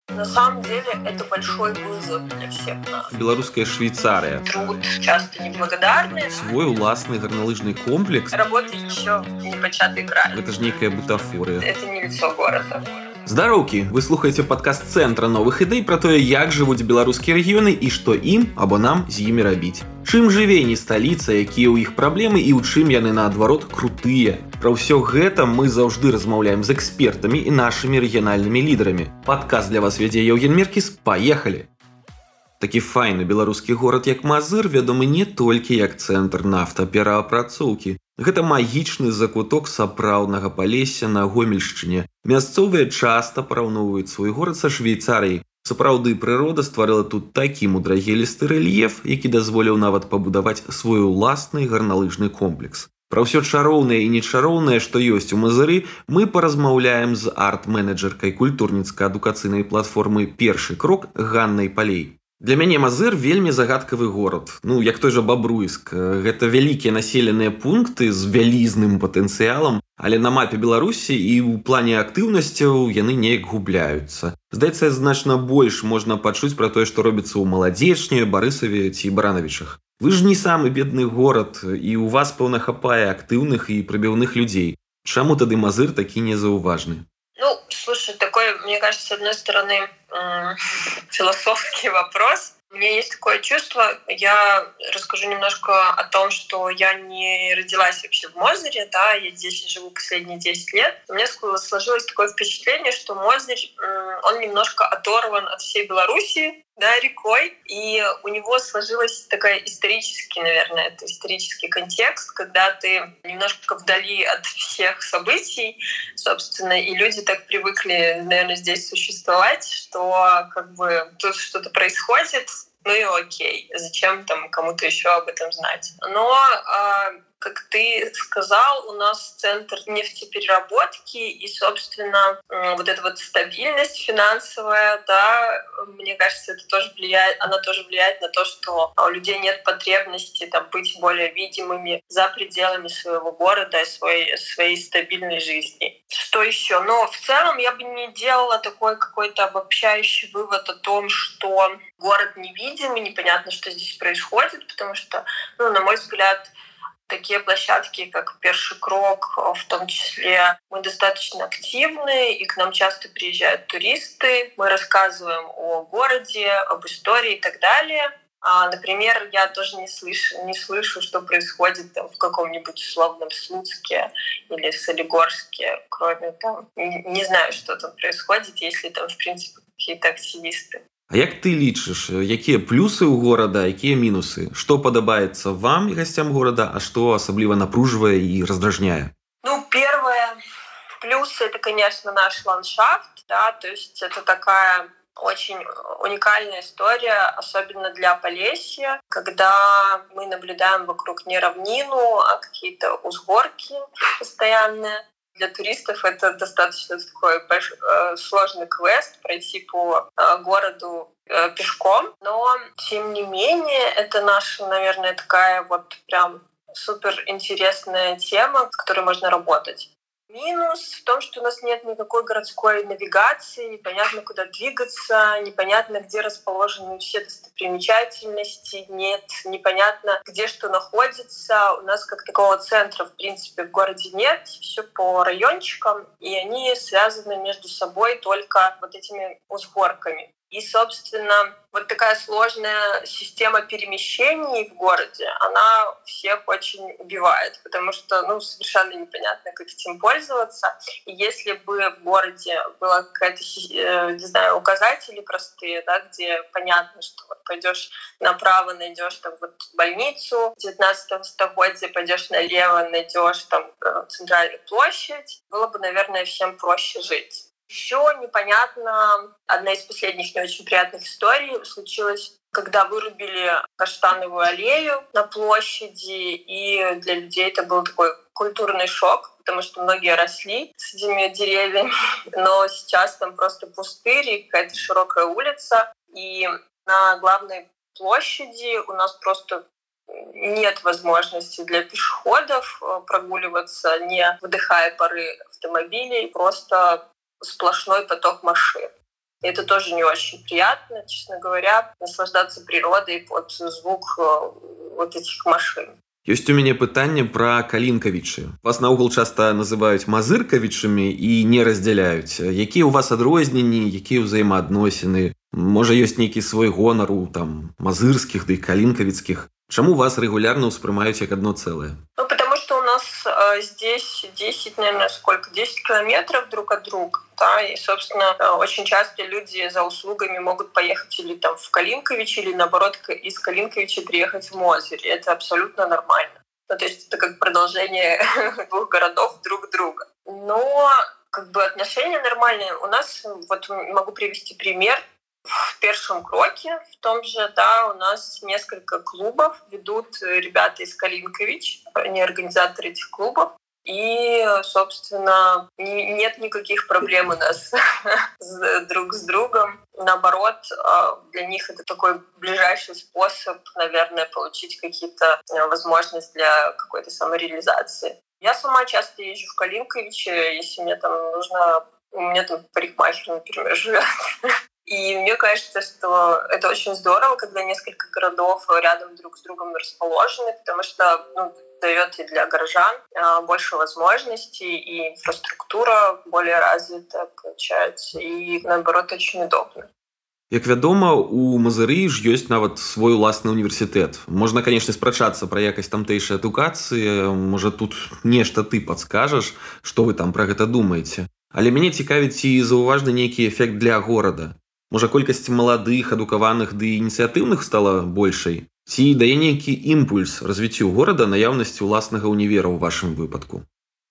На самом деле это большой вызов для всех нас. Белорусская Швейцария. Труд часто неблагодарный. Свой уласны горнолыжный комплекс. Работа еще не початый край. Это ж некая бутафория. Это не лицо города. Здароўкі, вы слухаеце падкаст цэнтра новых ідэй пра тое, як жывуць беларускія рэгіёны і што ім або нам з імі рабіць. Чым жыве не сталіца, якія ў іх праблемы і ў чым яны наадварот крутыя. Пра ўсё гэта мы заўжды размаўляем з экспертамі і нашымі рэгіянальнымі лідарамі. Падкаст для вас вядзе Яўген Меркіс. Паехалі! Такі файны беларускі горад, як Мазыр, вядомы не толькі як цэнтр нафтапераапрацоўкі. Гэта магічны закуток сапраўднага Палесся на Гомельшчыне. Мясцовыя часта параўноўваюць свой горад са Швейцарыяй. Сапраўды, прырода стварыла тут такі мудрагелісты рэльеф, які дазволіў нават пабудаваць свой уласны гарналыжны комплекс. Пра ўсё чароўнае і нечароўнае, што ёсць у Мазыры, мы паразмаўляем з арт-менеджеркай культурніцка-адукацыйнай платформы «Першы крок» Ганнай Палей. Для мяне Мазыр вельмі загадкавы горад. Як той жа Бабруйск. Гэта вялікія населеныя пункты з вялізным патэнцыялам, але на мапе Беларусі і ў плане актыўнасцяў яны неяк губляюцца. Здаецца, значна больш можна пачуць пра тое, што робіцца ў Маладзечні, Барысаве ці Баранавічах. Вы ж не самы бедны горад, і ў вас, пэўна, хапае актыўных і прыбіўных людзей. Чаму тады Мазыр такі незаўважны? Слушай, такой, мне кажется, с одной стороны, философский вопрос. У меня есть такое чувство, я расскажу немножко о том, что я не родилась вообще в Мозыре, да, я здесь живу последние 10 лет. У меня сложилось такое впечатление, что Мозырь, он немножко оторван от всей Белоруссии, да, рекой, и у него сложилась такая исторический, наверное, это исторический контекст, когда ты немножко вдали от всех событий, собственно, и люди так привыкли, наверное, здесь существовать, что как бы тут что-то происходит, ну и окей, зачем там кому-то еще об этом знать. Но как ты сказал, у нас центр нефтепереработки, и, собственно, вот эта вот стабильность финансовая, да, мне кажется, это тоже она тоже влияет на то, что у людей нет потребности там быть более видимыми за пределами своего города и своей стабильной жизни. Что еще? Но в целом я бы не делала такой какой-то обобщающий вывод о том, что город невидимый, непонятно, что здесь происходит, потому что, на мой взгляд, такие площадки, как «Перший крок», в том числе, мы достаточно активны, и к нам часто приезжают туристы. Мы рассказываем о городе, об истории и так далее. Например, я тоже не слышу, что происходит там в каком-нибудь условном Слуцке или в Солигорске, кроме там, не знаю, что там происходит, если там, в принципе, какие-то активисты. А як ты лічыш, якія плюсы ў горада, якія мінусы? Што падабаецца вам і гасцям горада, а што асабліва напружвае і раздражняе? Первое, плюсы — это, конечно, наш ландшафт, да, то есть это такая очень уникальная история, особенно для Полесья, когда мы наблюдаем вокруг не равнину, а какие-то узгорки постоянные. Для туристов это достаточно такой сложный квест пройти по городу пешком, но тем не менее это наша, наверное, такая вот прям супер интересная тема, с которой можно работать. Минус в том, что у нас нет никакой городской навигации, непонятно, куда двигаться, непонятно, где расположены все достопримечательности, непонятно, где что находится. У нас как такого центра, в принципе, в городе нет, все по райончикам, и они связаны между собой только вот этими узгорками. И, собственно, вот такая сложная система перемещений в городе, она всех очень убивает, потому что, совершенно непонятно, как этим пользоваться. И если бы в городе была какая-то, не знаю, указатели простые, да, где понятно, что вот пойдешь направо, найдешь там вот больницу, в 19 столетии пойдешь налево, найдешь там центральную площадь, было бы, наверное, всем проще жить. Еще непонятно, одна из последних не очень приятных историй случилась, когда вырубили каштановую аллею на площади, и для людей это был такой культурный шок, потому что многие росли с этими деревьями, но сейчас там просто пустырь и какая-то широкая улица, и на главной площади у нас просто нет возможности для пешеходов прогуливаться, не вдыхая пары автомобилей, просто сплошной поток машин. И это тоже не очень приятно, честно говоря, наслаждаться природой под звук вот этих машин. Ёсць у мяне пытанне пра калінкавічы. Вас наогул часта называюць мазыркавічамі і не раздзяляюць. Якія ў вас адрозненні, якія ўзаемаадносіны? Можа, ёсць нейкі свой гонар у мазырскіх ды калінкавіцкіх? Чаму вас рэгулярна ўспрымаюць як адно цэлае? Потому что у нас здесь 10 километров друг от друга. Да, и, собственно, очень часто люди за услугами могут поехать или там в Калинкович, или, наоборот, из Калинковича приехать в Мозырь. И это абсолютно нормально. Ну, то есть это как продолжение двух городов друг друга. Но отношения нормальные. У нас, могу привести пример. В Першем Кроке, в том же, у нас несколько клубов ведут ребята из Калинкович, они организаторы этих клубов. И, собственно, нет никаких проблем у нас друг с другом. Наоборот, для них это такой ближайший способ, наверное, получить какие-то возможности для какой-то самореализации. Я сама часто езжу в Калинкович, если мне там нужно... У меня там парикмахер, например, живет. И мне кажется, что это очень здорово, когда несколько городов рядом друг с другом расположены, потому что дает и для горожан больше возможностей, и инфраструктура более развита, получается, и, наоборот, очень удобно. Як вядома, у Мазыры ж ёсць нават свой уласны універсітэт. Можна, канешне, спрачацца пра якасць тамтэйшай адукацыі, можа, тут нешта ты падскажаш, што вы там пра гэта думаеце. Але мяне цікавіць, ці заўважны нейкі эфект для горада. Можа, колькасць маладых, адукаваных ды ініцыятыўных стала большай? Ці дае нейкі імпульс развіццю горада наяўнасці ўласнага універа ў вашым выпадку?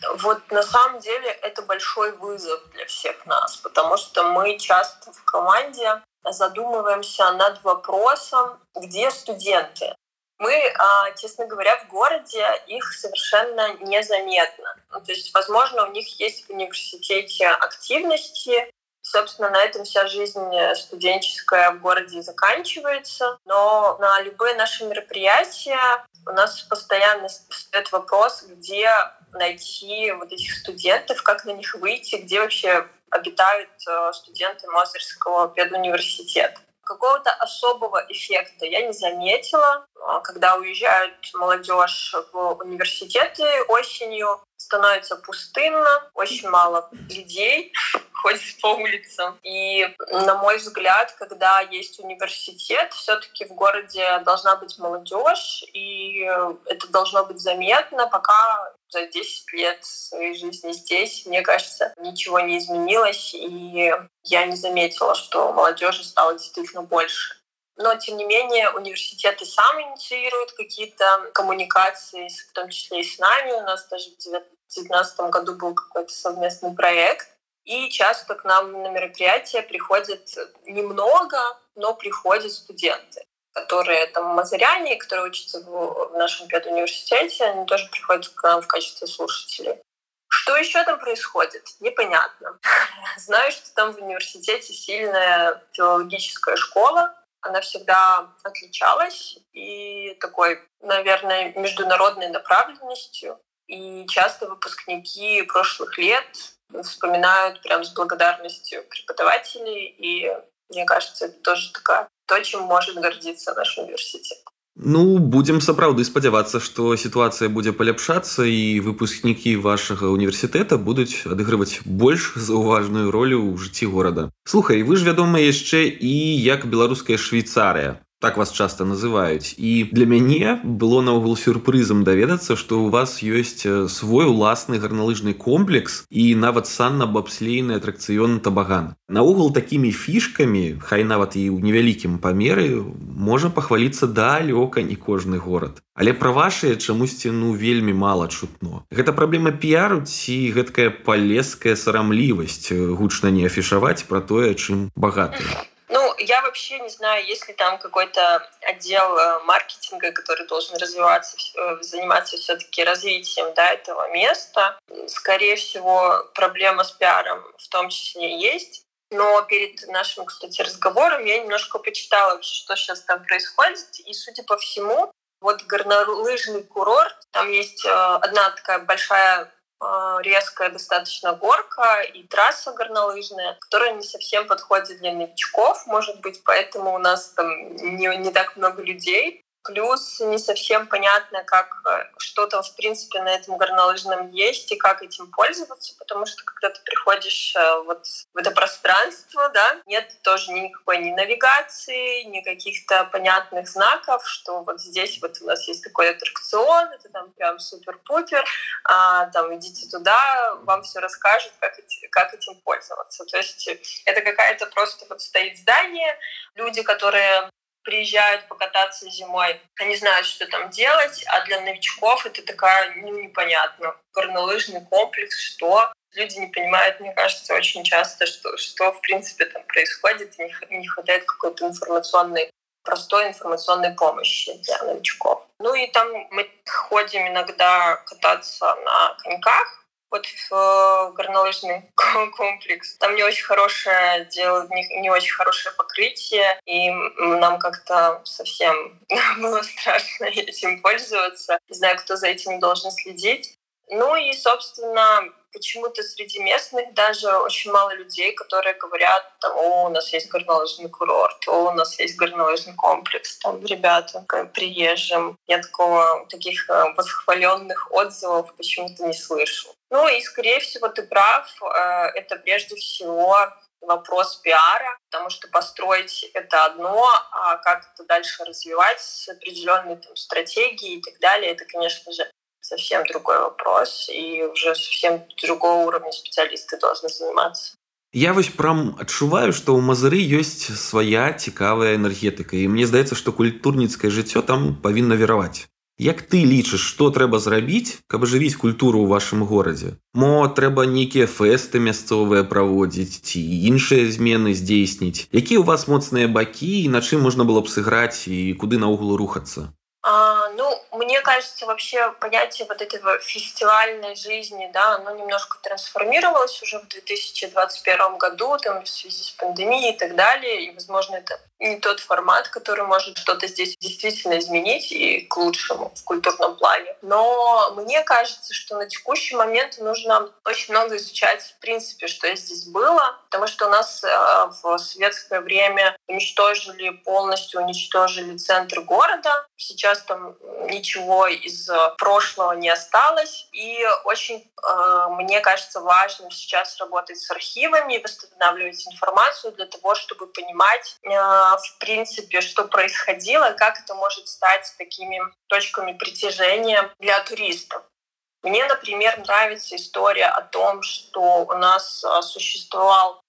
На самом деле это большой вызов для всех нас, потому что мы часто в команде задумываемся над вопросом, где студенты. Мы, честно говоря, в городе их совершенно незаметно. То есть, возможно, у них есть в университете активности, собственно, на этом вся жизнь студенческая в городе заканчивается. Но на любые наши мероприятия у нас постоянно стоит вопрос, где найти вот этих студентов, как на них выйти, где вообще обитают студенты Мозырского педуниверситета. Какого-то особого эффекта я не заметила. Когда уезжают молодежь в университеты осенью, становится пустынно, очень мало людей ходит по улицам. И, на мой взгляд, когда есть университет, все-таки в городе должна быть молодежь, и это должно быть заметно, пока за 10 лет своей жизни здесь, мне кажется, ничего не изменилось, и я не заметила, что молодежи стало действительно больше. Но, тем не менее, университеты сами инициируют какие-то коммуникации, в том числе и с нами. У нас даже в 2019 году был какой-то совместный проект. И часто к нам на мероприятия приходят немного, но приходят студенты, которые там мазыряне, которые учатся в нашем педуниверситете, они тоже приходят к нам в качестве слушателей. Что еще там происходит? Непонятно. Знаю, что там в университете сильная филологическая школа. Она всегда отличалась и такой, наверное, международной направленностью. И часто выпускники прошлых лет вспоминают прям с благодарностью преподавателей. И мне кажется, это тоже то, чем может гордиться наш университет. Будзем сапраўды спадзявацца, што сітуацыя будзе паляпшацца і выпускнікі вашага універсітэта будуць адыгрываць больш заўважную ролю ў жыцці горада. Слухай, вы ж вядомы яшчэ і як беларуская Швейцарыя. Так вас часта называюць. І для мяне было наогул сюрпрызам даведацца, што ў вас ёсць свой уласны гарналыжны комплекс і нават санна-бабслейны атракцыён табаган. Наогул такімі фішкамі, хай нават і ў невялікім памеры, можа пахваліцца далёка не кожны горад. Але пра вашыя чамусьці вельмі мала чутно. Гэта праблема піару ці гэткая палеская сарамлівасць гучна не афішаваць пра тое, чым багатыя? Я вообще не знаю, есть ли там какой-то отдел маркетинга, который должен развиваться, заниматься все-таки развитием этого места. Скорее всего, проблема с пиаром в том числе есть. Но перед нашим, кстати, разговором я немножко почитала, что сейчас там происходит. И, судя по всему, горнолыжный курорт, там есть одна такая большая резкая достаточно горка и трасса горнолыжная, которая не совсем подходит для новичков, может быть, поэтому у нас там не так много людей. Плюс не совсем понятно, что там, в принципе, на этом горнолыжном есть и как этим пользоваться, потому что, когда ты приходишь вот в это пространство, да, нет тоже никакой ни навигации, ни каких-то понятных знаков, что вот здесь вот у нас есть такой аттракцион, это там прям супер-пупер, там идите туда, вам все расскажут, как этим пользоваться. То есть это какая-то просто вот стоит здание, люди, которые приезжают покататься зимой, они знают, что там делать, а для новичков это такая, непонятно, горнолыжный комплекс, что люди не понимают, мне кажется, очень часто, что в принципе там происходит, и не хватает какой-то простой информационной помощи для новичков. Ну и там мы ходим иногда кататься на коньках, вот в горнолыжный комплекс. Там не очень хорошее покрытие, и нам как-то совсем было страшно этим пользоваться. Не знаю, кто за этим должен следить. Ну и, собственно, почему-то среди местных даже очень мало людей, которые говорят, там, у нас есть горнолыжный курорт, у нас есть горнолыжный комплекс, там, ребята, приезжим. Я таких восхваленных отзывов почему-то не слышу. Ну и, скорее всего, ты прав, это прежде всего вопрос пиара, потому что построить это одно, а как это дальше развивать с определенной там стратегией и так далее, это, конечно же, совсем другой вопрос, и уже совсем другого уровня специалисты должны заниматься. Я вось прям адчуваю, што ў Мазыры ёсць свая цікавая энергетыка, і мне здаецца, што культурніцкае жыццё там павінна віраваць. Як ты лічыш, што трэба зрабіць, каб ажывіць культуру ў вашым горадзе? Мо трэба нейкія фэсты мясцовыя праводзіць ці іншыя змены здзейсніць? Якія ў вас моцныя бакі і на чым можна было б сыграць і куды наогул рухацца? Мне кажется, вообще понятие вот этого фестивальной жизни, да, оно немножко трансформировалось уже в 2021 году, там, в связи с пандемией и так далее, и, возможно, это не тот формат, который может что-то здесь действительно изменить и к лучшему в культурном плане. Но мне кажется, что на текущий момент нужно очень много изучать, в принципе, что здесь было, потому что у нас в советское время полностью уничтожили центр города. Сейчас там ничего из прошлого не осталось. И очень, мне кажется, важно сейчас работать с архивами и восстанавливать информацию для того, чтобы понимать, в принципе, что происходило, как это может стать такими точками притяжения для туристов. Мне, например, нравится история о том, что у нас существовала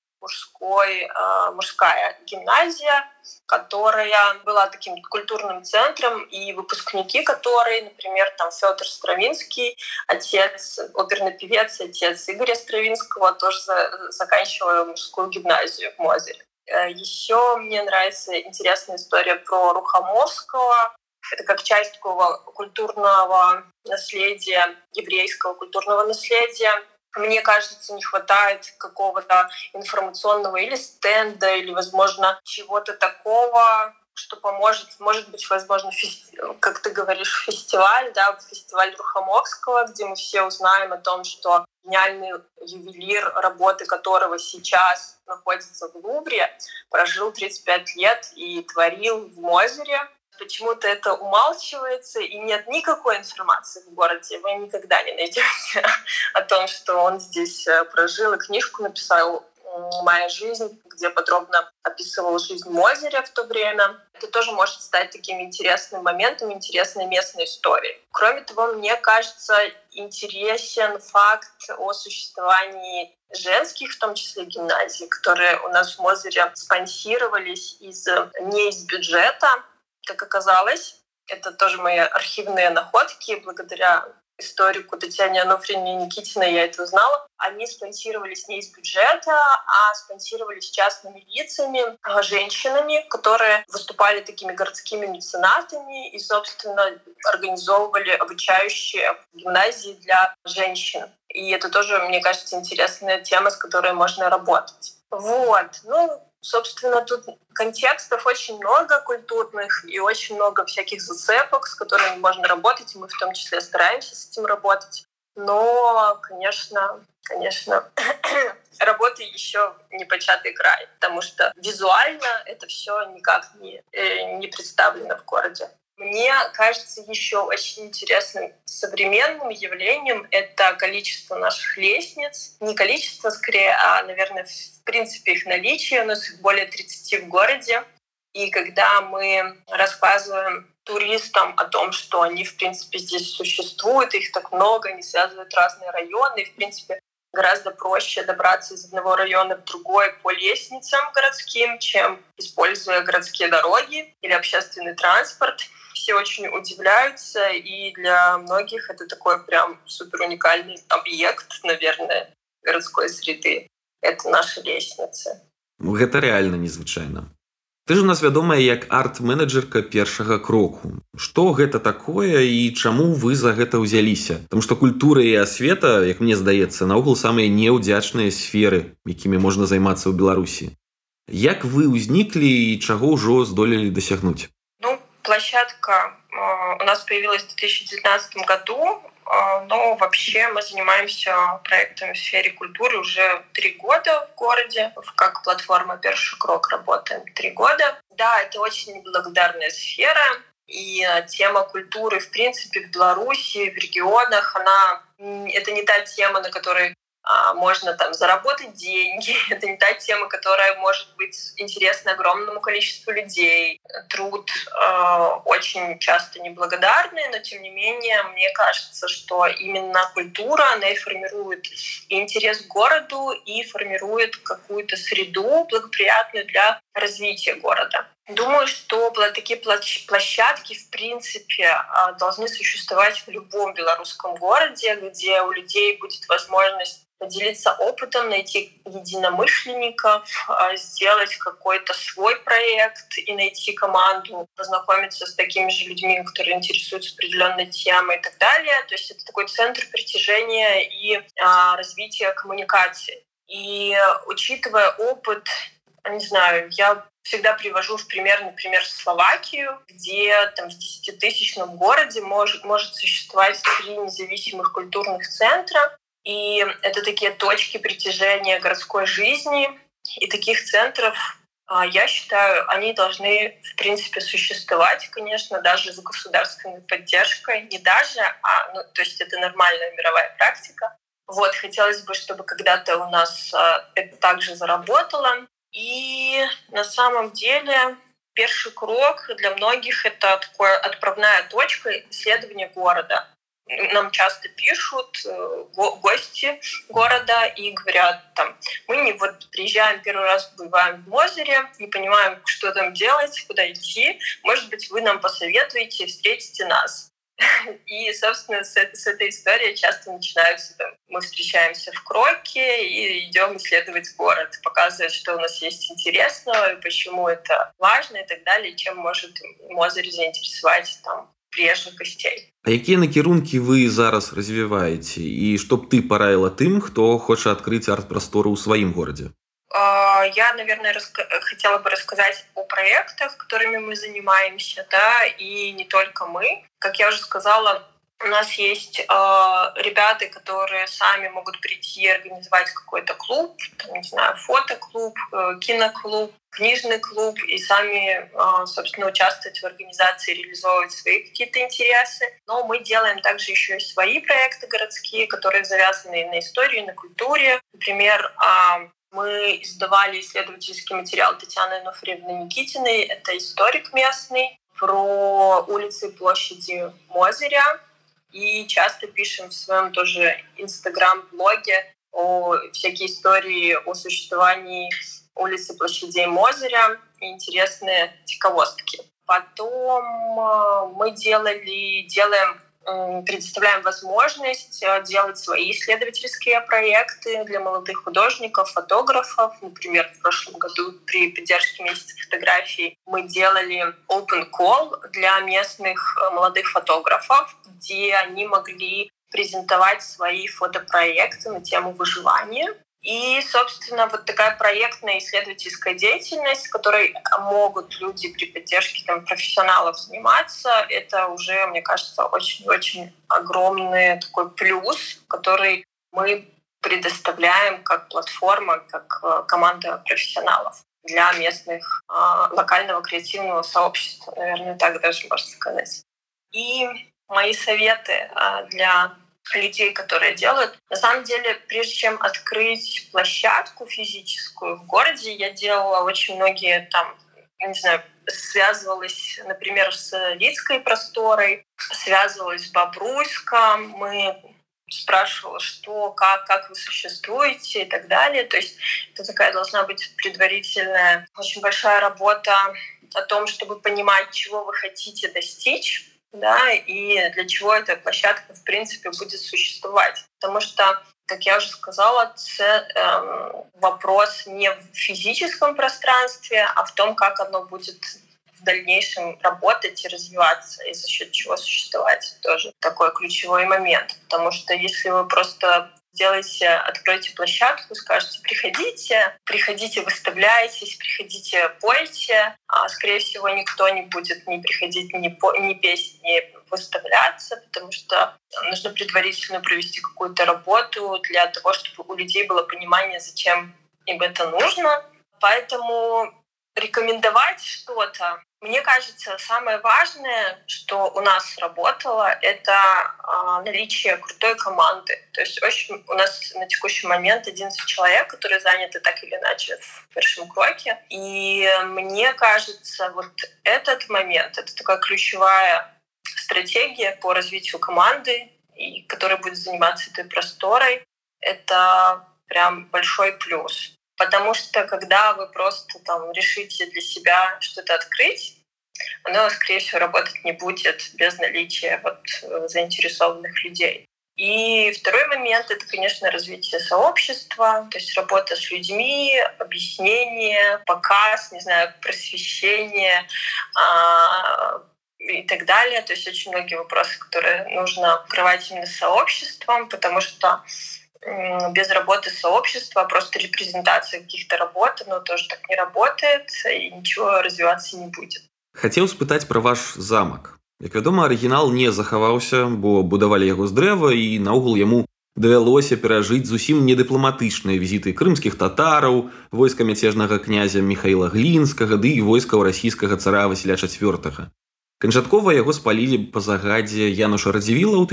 мужская гимназия, которая была таким культурным центром, и выпускники которой, например, там Фёдор Стравинский, оперный певец, отец Игоря Стравинского, тоже заканчивал мужскую гимназию в Мозыре. Еще мне нравится интересная история про Рухомовского. Это как часть такого культурного наследия, еврейского культурного наследия. Мне кажется, не хватает какого-то информационного или стенда, или, возможно, чего-то такого, что поможет, может быть, возможно, как ты говоришь, фестиваль Рухомовского, где мы все узнаем о том, что гениальный ювелир, работы которого сейчас находится в Лувре, прожил 35 лет и творил в Мозыре. Почему-то это умалчивается, и нет никакой информации в городе. Вы никогда не найдете о том, что он здесь прожил и книжку написал «Моя жизнь», где подробно описывал жизнь Мозыря в то время. Это тоже может стать таким интересным моментом, интересной местной историей. Кроме того, мне кажется, интересен факт о существовании женских, в том числе гимназий, которые у нас в Мозыре спонсировались не из бюджета. Как оказалось, это тоже мои архивные находки. Благодаря историку Татьяне Ануфриевне Никитиной я это узнала. Они спонсировались не из бюджета, а спонсировались частными лицами, женщинами, которые выступали такими городскими меценатами и, собственно, организовывали обучающие гимназии для женщин. И это тоже, мне кажется, интересная тема, с которой можно работать. Собственно, тут контекстов очень много культурных и очень много всяких зацепок, с которыми можно работать, и мы в том числе стараемся с этим работать. Но, конечно, работа еще не початый край, потому что визуально это все никак не представлено в городе. Мне кажется, еще очень интересным современным явлением это количество наших лестниц. Не количество скорее, а, наверное, в принципе их наличие. У нас их более 30 в городе. И когда мы рассказываем туристам о том, что они, в принципе, здесь существуют, их так много, они связывают разные районы, и, в принципе, гораздо проще добраться из одного района в другой по лестницам городским, чем используя городские дороги или общественный транспорт. Все очень удивляются, и для многих это такой прям супер уникальный объект, наверное, городской среды. Это наши лестницы. Гэта реально незвычайна. Ты ж у нас вядомая як арт-менеджерка першага кроку. Што гэта такое і чаму вы за гэта ўзяліся? Таму што культура і асвета, як мне здаецца, наогул самыя неўдзячныя сферы, якімі можна займацца ў Беларусі. Як вы ўзніклі і чаго ўжо здолелі дасягнуць? Площадка у нас появилась в 2019 году, но вообще мы занимаемся проектами в сфере культуры уже 3 года в городе. Как платформа «Перший крок» работаем 3 года. Да, это очень неблагодарная сфера, и тема культуры, в принципе, в Беларуси, в регионах, это не та тема, на которой можно там заработать деньги. Это не та тема, которая может быть интересна огромному количеству людей. Труд очень часто неблагодарный, но тем не менее, мне кажется, что именно культура, она и формирует и интерес к городу, и формирует какую-то среду благоприятную для развития города. Думаю, что такие площадки, в принципе, должны существовать в любом белорусском городе, где у людей будет возможность поделиться опытом, найти единомышленников, сделать какой-то свой проект и найти команду, познакомиться с такими же людьми, которые интересуются определенной темой и так далее. То есть это такой центр притяжения и развития коммуникации. И учитывая опыт, не знаю, я всегда привожу в пример, например, Словакию, где там в 10-тысячном городе может существовать 3 независимых культурных центра. И это такие точки притяжения городской жизни. И таких центров, я считаю, они должны, в принципе, существовать, конечно, даже с государственной поддержкой. Не даже, то есть это нормальная мировая практика. Хотелось бы, чтобы когда-то у нас это также заработало. И на самом деле Перший крок для многих — это такая отправная точка исследования города. Нам часто пишут гости города и говорят, мы приезжаем первый раз, бываем в Мозыре, не понимаем, что там делать, куда идти. Может быть, вы нам посоветуете, встретите нас. И, собственно, с этой историей часто начинаются. Мы встречаемся в Кроке и идем исследовать город, показывать, что у нас есть интересного, и почему это важно и так далее, чем может Мозырь заинтересовать приезжих гостей. А якія накірункі вы зараз развіваеце і што б ты параіла тым, хто хоча адкрыць арт-прастору ў сваім горадзе? Я, наверное, хотела бы рассказать о проектах, которыми мы занимаемся, да, и не только мы. Как я уже сказала, у нас есть ребята, которые сами могут прийти и организовать какой-то клуб, фотоклуб, киноклуб, книжный клуб, и сами, собственно, участвовать в организации, реализовывать свои какие-то интересы. Но мы делаем также еще и свои проекты городские, которые завязаны на истории, на культуре. Например, мы издавали исследовательский материал Татьяны Ануфриевны Никитиной, это историк местный, про улицы и площади Мозыря. И часто пишем в своем тоже инстаграм-блоге о всякие истории о существовании улиц и площадей Мозыря и интересные диковостки. Потом мы предоставляем возможность делать свои исследовательские проекты для молодых художников, фотографов. Например, в прошлом году при поддержке месяца фотографий мы делали open call для местных молодых фотографов, где они могли презентовать свои фотопроекты на тему выживания. И, собственно, вот такая проектная исследовательская деятельность, которой могут люди при поддержке профессионалов заниматься, это уже, мне кажется, очень-очень огромный такой плюс, который мы предоставляем как платформа, как команда профессионалов для местных локального креативного сообщества, наверное, так даже можно сказать. И мои советы для людей, которые делают. На самом деле, прежде чем открыть площадку физическую в городе, я делала очень многие связывалась, например, с Лидской просторой, связывалась с Бобруйском, мы спрашивала, что, как вы существуете и так далее. То есть это такая должна быть предварительная, очень большая работа о том, чтобы понимать, чего вы хотите достичь, да, и для чего эта площадка, в принципе, будет существовать. Потому что, как я уже сказала, вопрос не в физическом пространстве, а в том, как оно будет в дальнейшем работать и развиваться, и за счет чего существовать. Тоже такой ключевой момент. Потому что если вы просто откройте площадку, скажете, приходите, выставляйтесь, приходите, пойте, а, скорее всего, никто не будет ни приходить, ни петь, ни выставляться, потому что нужно предварительно провести какую-то работу для того, чтобы у людей было понимание, зачем им это нужно. Поэтому рекомендовать что-то. Мне кажется, самое важное, что у нас работало, это наличие крутой команды. То есть у нас на текущий момент 11 человек, которые заняты так или иначе в первом кроке. И мне кажется, вот этот момент — это такая ключевая стратегия по развитию команды, и которая будет заниматься этой просторой. Это прям большой плюс. Потому что когда вы просто решите для себя что-то открыть, оно, скорее всего, работать не будет без наличия заинтересованных людей. И второй момент — это, конечно, развитие сообщества, то есть работа с людьми, объяснение, показ, просвещение и так далее. То есть очень многие вопросы, которые нужно открывать именно сообществом, потому что без работы сообщества, просто репрезентация каких-то работ, оно тоже так не работает, и ничего развиваться не будет. Хацеў спытаць пра ваш замак. Як вядома, арыгінал не захаваўся, бо будавалі яго з дрэва, і наогул яму давялося перажыць зусім недыпламатычныя візіты крымскіх татараў, войска мяцежнага князя Міхаіла Глінскага ды і войскаў расійскага цара Васіля IV. Канчаткова яго спалілі па загадзе Януша Радзівіла ў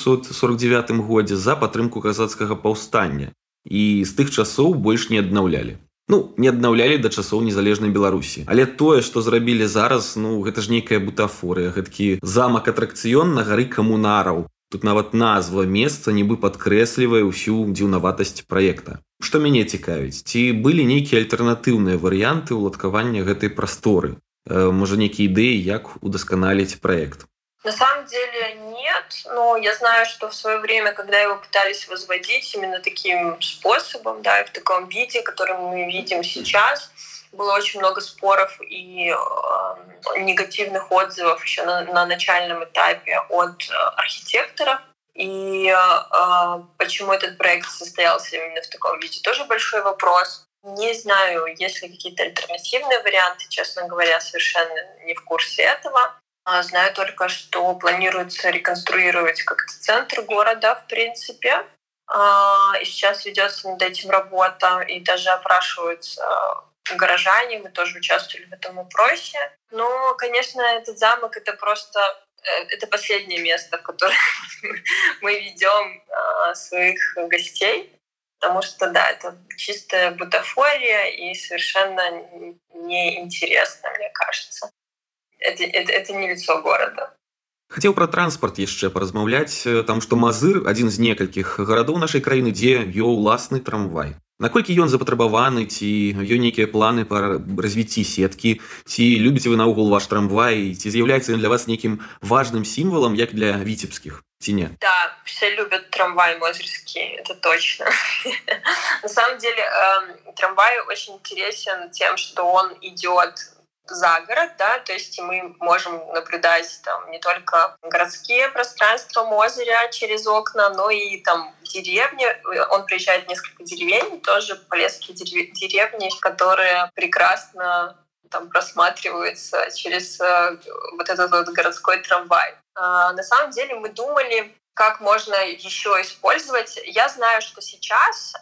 1649 годзе за падтрымку казацкага паўстання. І з тых часоў больш не аднаўлялі. Не аднаўлялі да часоў незалежнай Беларусі. Але тое, што зрабілі зараз, гэта ж нейкая бутафорыя, гэтакі замак-атракцыён на гары камунараў. Тут нават назва месца нібы падкрэслівае ўсю дзіўнаватасць праекта. Што мяне цікавіць, ці былі нейкія альтэрнатыўныя варыянты ўладкавання гэтай прасторы? Может, некие идеи, як удосконалить проект? На самом деле нет, но я знаю, что в свое время, когда его пытались возводить именно таким способом, да, и в таком виде, который мы видим сейчас, было очень много споров и негативных отзывов еще на начальном этапе от архитекторов. И почему этот проект состоялся именно в таком виде, тоже большой вопрос. Не знаю, есть ли какие-то альтернативные варианты, честно говоря, совершенно не в курсе этого. Знаю только, что планируется реконструировать как-то центр города, в принципе. И сейчас ведется над этим работа, и даже опрашиваются горожане, мы тоже участвовали в этом опросе. Но, конечно, этот замок — это просто это последнее место, в которое мы ведем своих гостей. Потому что, да, это чистая бутафория и совершенно неинтересно, мне кажется. Это не лицо города. Хацеў пра транспарт яшчэ паразмаўляць, таму што Мазыр — адзін з некалькіх гарадоў нашай краіны, дзе вёў уласны трамвай. Наколькі ён запатрабаваны, ці ёсць нейкія планы па развіцці сеткі, ці любіце вы наогул ваш трамвай, ці з'яўляецца ён для вас нейкім важным сімвалам, як для віцебскіх, ці не? Да, все любят трамвай мозырский, это точно. На самом деле трамвай очень интересен тем, что он идет за город, да, то есть мы можем наблюдать там не только городские пространства Мозыря через окна, но и там деревни. Он приезжает в несколько деревень, тоже полесские деревни, которые прекрасно там просматриваются через вот этот вот городской трамвай. На самом деле мы думали, как можно еще использовать. Я знаю, что сейчас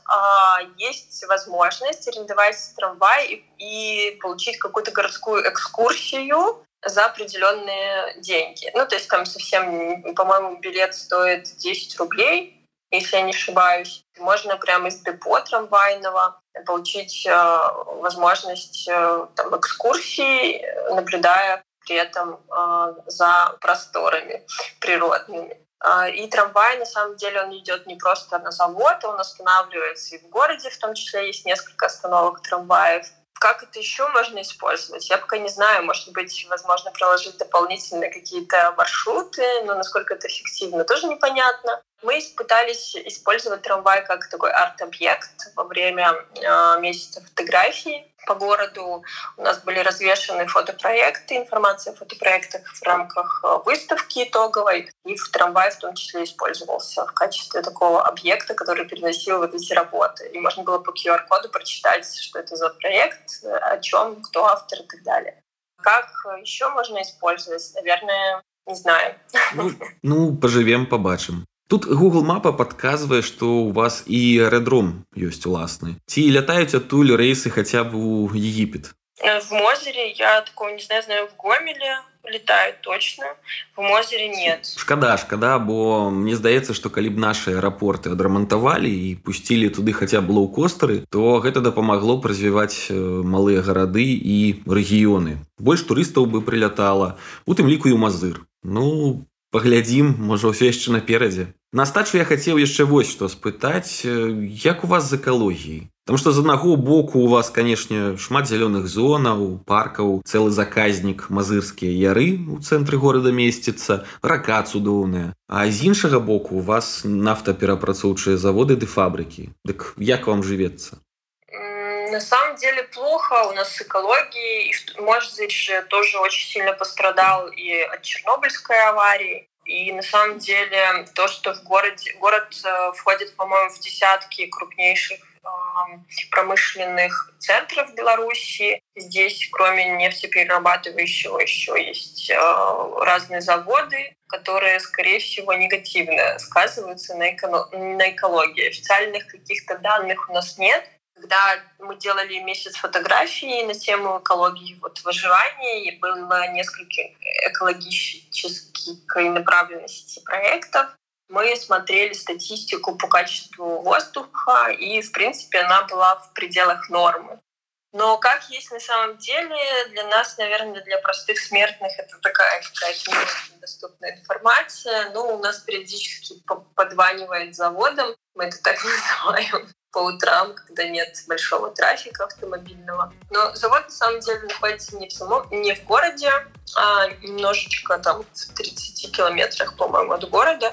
есть возможность арендовать трамвай и получить какую-то городскую экскурсию за определенные деньги. Ну, то есть там совсем, по-моему, билет стоит 10 рублей, если я не ошибаюсь. Можно прямо из депо трамвайного получить возможность там, экскурсии, наблюдая при этом за просторами природными. И трамвай, на самом деле, он идет не просто на завод, он останавливается и в городе, в том числе есть несколько остановок трамваев. Как это еще можно использовать? Я пока не знаю. Может быть, возможно, проложить дополнительные какие-то маршруты, но насколько это эффективно, тоже непонятно. Мы пытались использовать трамвай как такой арт-объект во время месяца фотографий по городу. У нас были развешаны фотопроекты, информация о фотопроектах в рамках выставки итоговой. И в трамвай в том числе использовался в качестве такого объекта, который переносил вот эти работы. И можно было по QR-коду прочитать, что это за проект, о чем, кто автор и так далее. Как еще можно использовать? Наверное, не знаю. Ну, поживем, побачим. Тут Google Мапа падказвае, што ў вас і аэрадром ёсць уласны. Ці лятаюць адтуль рэйсы хаця б у Египет? В Мозыре я такого не знаю. Знаю, в Гомеле летают точно. В Мозыре нет. Шкада, бо мне здаецца, што калі б нашы аэрапорты адрамантавалі і пусцілі туды хаця б лоўкостары, то гэта дапамагло б развіваць малыя гарады і рэгіёны. Больш турыстаў бы прылятала, у тым ліку і ў Мазыр. Ну, паглядзім, можа, ўсё яшчэ наперадзе. На астачу я хацеў яшчэ вось што спытаць, як у вас з экалогіяй? Таму што з аднаго боку у вас, канешне, шмат зялёных зонаў, паркаў, цэлы заказнік Мазырскія яры ў цэнтры горада месціцца, рака цудоўная. А з іншага боку у вас нафтаперапрацоўчыя заводы ды фабрыкі. Дык як вам жывецца? На самом деле плохо у нас с экологией. Мозырь же тоже очень сильно пострадал и от Чернобыльской аварии. И на самом деле то, что город входит, по-моему, в десятки крупнейших промышленных центров Беларуси. Здесь, кроме нефтеперерабатывающего, еще есть разные заводы, которые, скорее всего, негативно сказываются на экологии. Официальных каких-то данных у нас нет. Когда мы делали месяц фотографий на тему экологии, вот выживания, и было несколько экологической направленности проектов, мы смотрели статистику по качеству воздуха, и, в принципе, она была в пределах нормы. Но как есть на самом деле, для нас, наверное, для простых смертных, это такая какая-то не очень доступная информация. Ну, у нас периодически подванивает заводом, мы это так называем, по утрам, когда нет большого трафика автомобильного. Но завод на самом деле находится не в городе, а немножечко там в 30 километрах, по-моему, от города.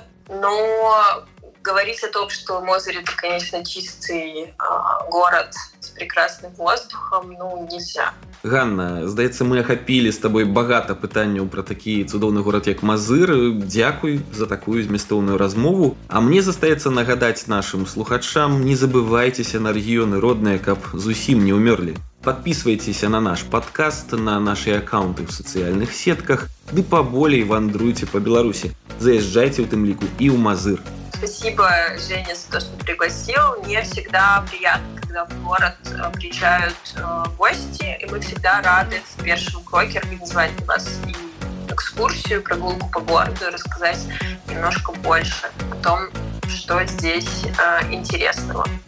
Но говорить о том, что Мозырь — это, конечно, чистый город с прекрасным воздухом, ну, нельзя. Ганна, здаецца, мы ахапілі з табой багата пытанняў пра такі цудоўны горад, як Мазыр. Дзякуй за такую змястоўную размову. А мне застаецца нагадаць нашым слухачам, не забывайцеся на рэгіёны родныя, каб зусім не ўмёрлі. Подписывайтеся на наш подкаст, на наши аккаунты в социальных сетках, ды поболей вандруйте по Беларуси. Заезжайте в тым лику и в Мазыр. Спасибо, Женя, за то, что пригласил. Мне всегда приятно, когда в город приезжают гости, и мы всегда рады в первом кроке организовать для вас и экскурсию, прогулку по городу, и рассказать немножко больше о том, что здесь интересного.